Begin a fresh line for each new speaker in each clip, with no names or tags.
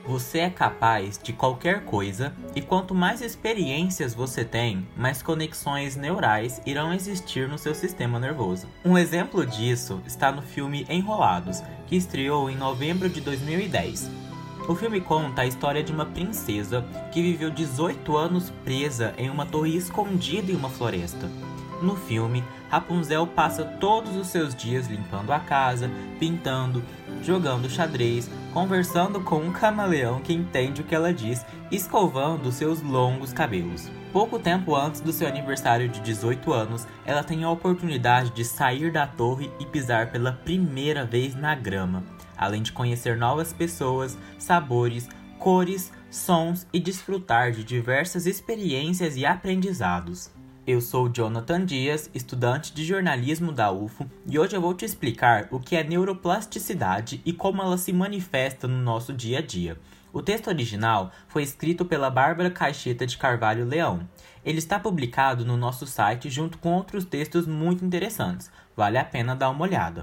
Você é capaz de qualquer coisa e quanto mais experiências você tem, mais conexões neurais irão existir no seu sistema nervoso. Um exemplo disso está no filme Enrolados, que estreou em novembro de 2010. O filme conta a história de uma princesa que viveu 18 anos presa em uma torre escondida em uma floresta. No filme, Rapunzel passa todos os seus dias limpando a casa, pintando, jogando xadrez, conversando com um camaleão que entende o que ela diz e escovando seus longos cabelos. Pouco tempo antes do seu aniversário de 18 anos, ela tem a oportunidade de sair da torre e pisar pela primeira vez na grama, além de conhecer novas pessoas, sabores, cores, sons e desfrutar de diversas experiências e aprendizados. Eu sou Jonathan Dias, estudante de jornalismo da UFO, e hoje eu vou te explicar o que é neuroplasticidade e como ela se manifesta no nosso dia a dia. O texto original foi escrito pela Bárbara Caixeta de Carvalho Leão. Ele está publicado no nosso site junto com outros textos muito interessantes. Vale a pena dar uma olhada.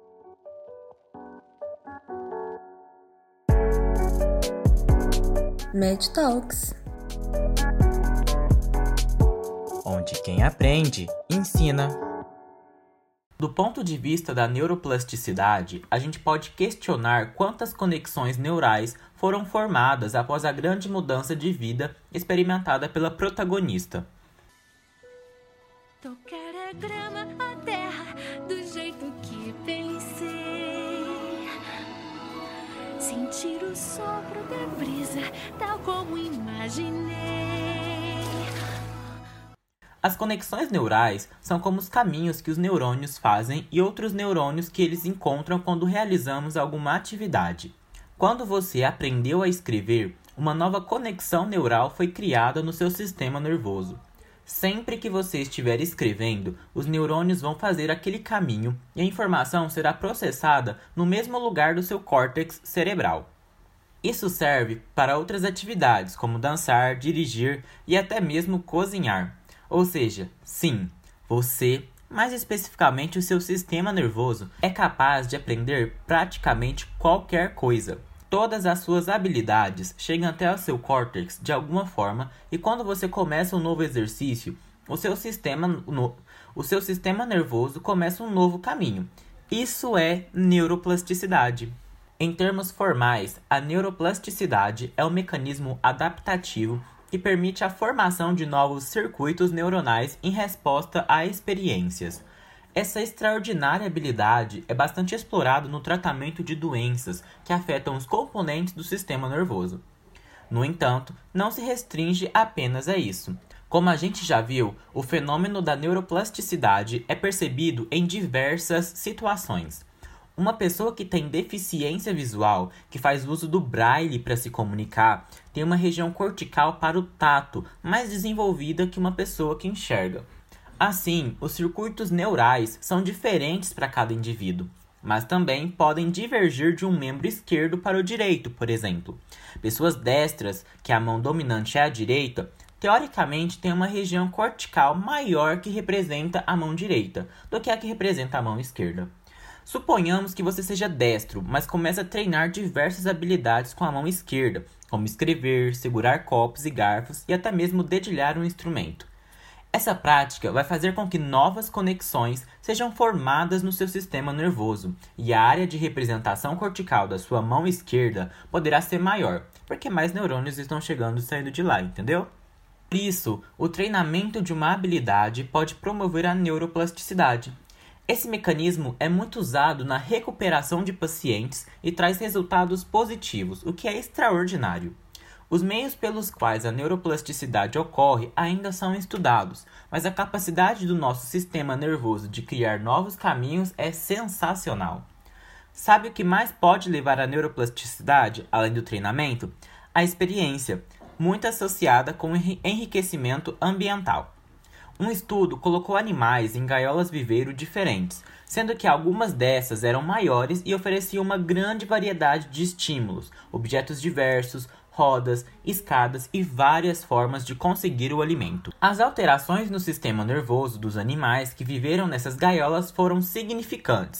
Med Talks,
onde quem aprende, ensina. Do ponto de vista da neuroplasticidade, a gente pode questionar quantas conexões neurais foram formadas após a grande mudança de vida experimentada pela protagonista.
Tocar a grama, a terra, do jeito que pensei. Sentir o sopro da brisa, tal como imaginei.
As conexões neurais são como os caminhos que os neurônios fazem e outros neurônios que eles encontram quando realizamos alguma atividade. Quando você aprendeu a escrever, uma nova conexão neural foi criada no seu sistema nervoso. Sempre que você estiver escrevendo, os neurônios vão fazer aquele caminho e a informação será processada no mesmo lugar do seu córtex cerebral. Isso serve para outras atividades, como dançar, dirigir e até mesmo cozinhar. Ou seja, sim, você, mais especificamente o seu sistema nervoso, é capaz de aprender praticamente qualquer coisa. Todas as suas habilidades chegam até o seu córtex de alguma forma e quando você começa um novo exercício, o seu sistema nervoso começa um novo caminho. Isso é neuroplasticidade. Em termos formais, a neuroplasticidade é um mecanismo adaptativo que permite a formação de novos circuitos neuronais em resposta a experiências. Essa extraordinária habilidade é bastante explorada no tratamento de doenças que afetam os componentes do sistema nervoso. No entanto, não se restringe apenas a isso. Como a gente já viu, o fenômeno da neuroplasticidade é percebido em diversas situações. Uma pessoa que tem deficiência visual, que faz uso do braille para se comunicar, tem uma região cortical para o tato mais desenvolvida que uma pessoa que enxerga. Assim, os circuitos neurais são diferentes para cada indivíduo, mas também podem divergir de um membro esquerdo para o direito, por exemplo. Pessoas destras, que a mão dominante é a direita, teoricamente têm uma região cortical maior que representa a mão direita do que a que representa a mão esquerda. Suponhamos que você seja destro, mas comece a treinar diversas habilidades com a mão esquerda, como escrever, segurar copos e garfos e até mesmo dedilhar um instrumento. Essa prática vai fazer com que novas conexões sejam formadas no seu sistema nervoso e a área de representação cortical da sua mão esquerda poderá ser maior, porque mais neurônios estão chegando e saindo de lá, entendeu? Por isso, o treinamento de uma habilidade pode promover a neuroplasticidade. Esse mecanismo é muito usado na recuperação de pacientes e traz resultados positivos, o que é extraordinário. Os meios pelos quais a neuroplasticidade ocorre ainda são estudados, mas a capacidade do nosso sistema nervoso de criar novos caminhos é sensacional. Sabe o que mais pode levar à neuroplasticidade, além do treinamento? A experiência, muito associada com enriquecimento ambiental. Um estudo colocou animais em gaiolas viveiro diferentes, sendo que algumas dessas eram maiores e ofereciam uma grande variedade de estímulos, objetos diversos, rodas, escadas e várias formas de conseguir o alimento. As alterações no sistema nervoso dos animais que viveram nessas gaiolas foram significantes.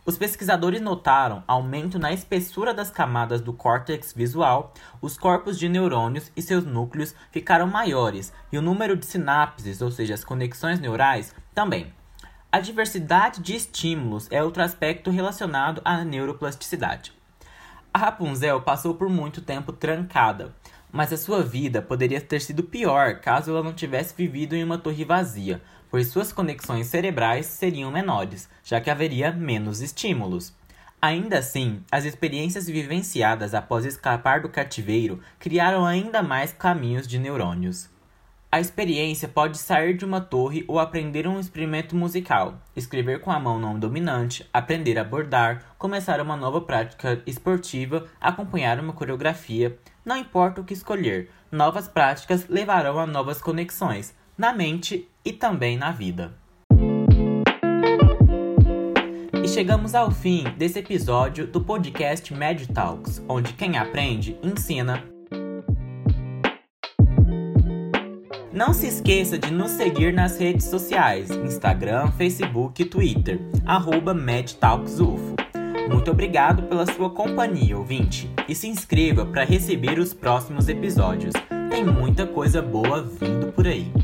Os pesquisadores notaram aumento na espessura das camadas do córtex visual, os corpos de neurônios e seus núcleos ficaram maiores e o número de sinapses, ou seja, as conexões neurais, também. A diversidade de estímulos é outro aspecto relacionado à neuroplasticidade. A Rapunzel passou por muito tempo trancada, mas a sua vida poderia ter sido pior caso ela não tivesse vivido em uma torre vazia, pois suas conexões cerebrais seriam menores, já que haveria menos estímulos. Ainda assim, as experiências vivenciadas após escapar do cativeiro criaram ainda mais caminhos de neurônios. A experiência pode sair de uma torre ou aprender um instrumento musical, escrever com a mão não dominante, aprender a bordar, começar uma nova prática esportiva, acompanhar uma coreografia. Não importa o que escolher, novas práticas levarão a novas conexões, na mente e também na vida. E chegamos ao fim desse episódio do podcast Med Talks, onde quem aprende, ensina. Não se esqueça de nos seguir nas redes sociais, Instagram, Facebook e Twitter, @MedTalksUFO. Muito obrigado pela sua companhia, ouvinte, e se inscreva para receber os próximos episódios. Tem muita coisa boa vindo por aí.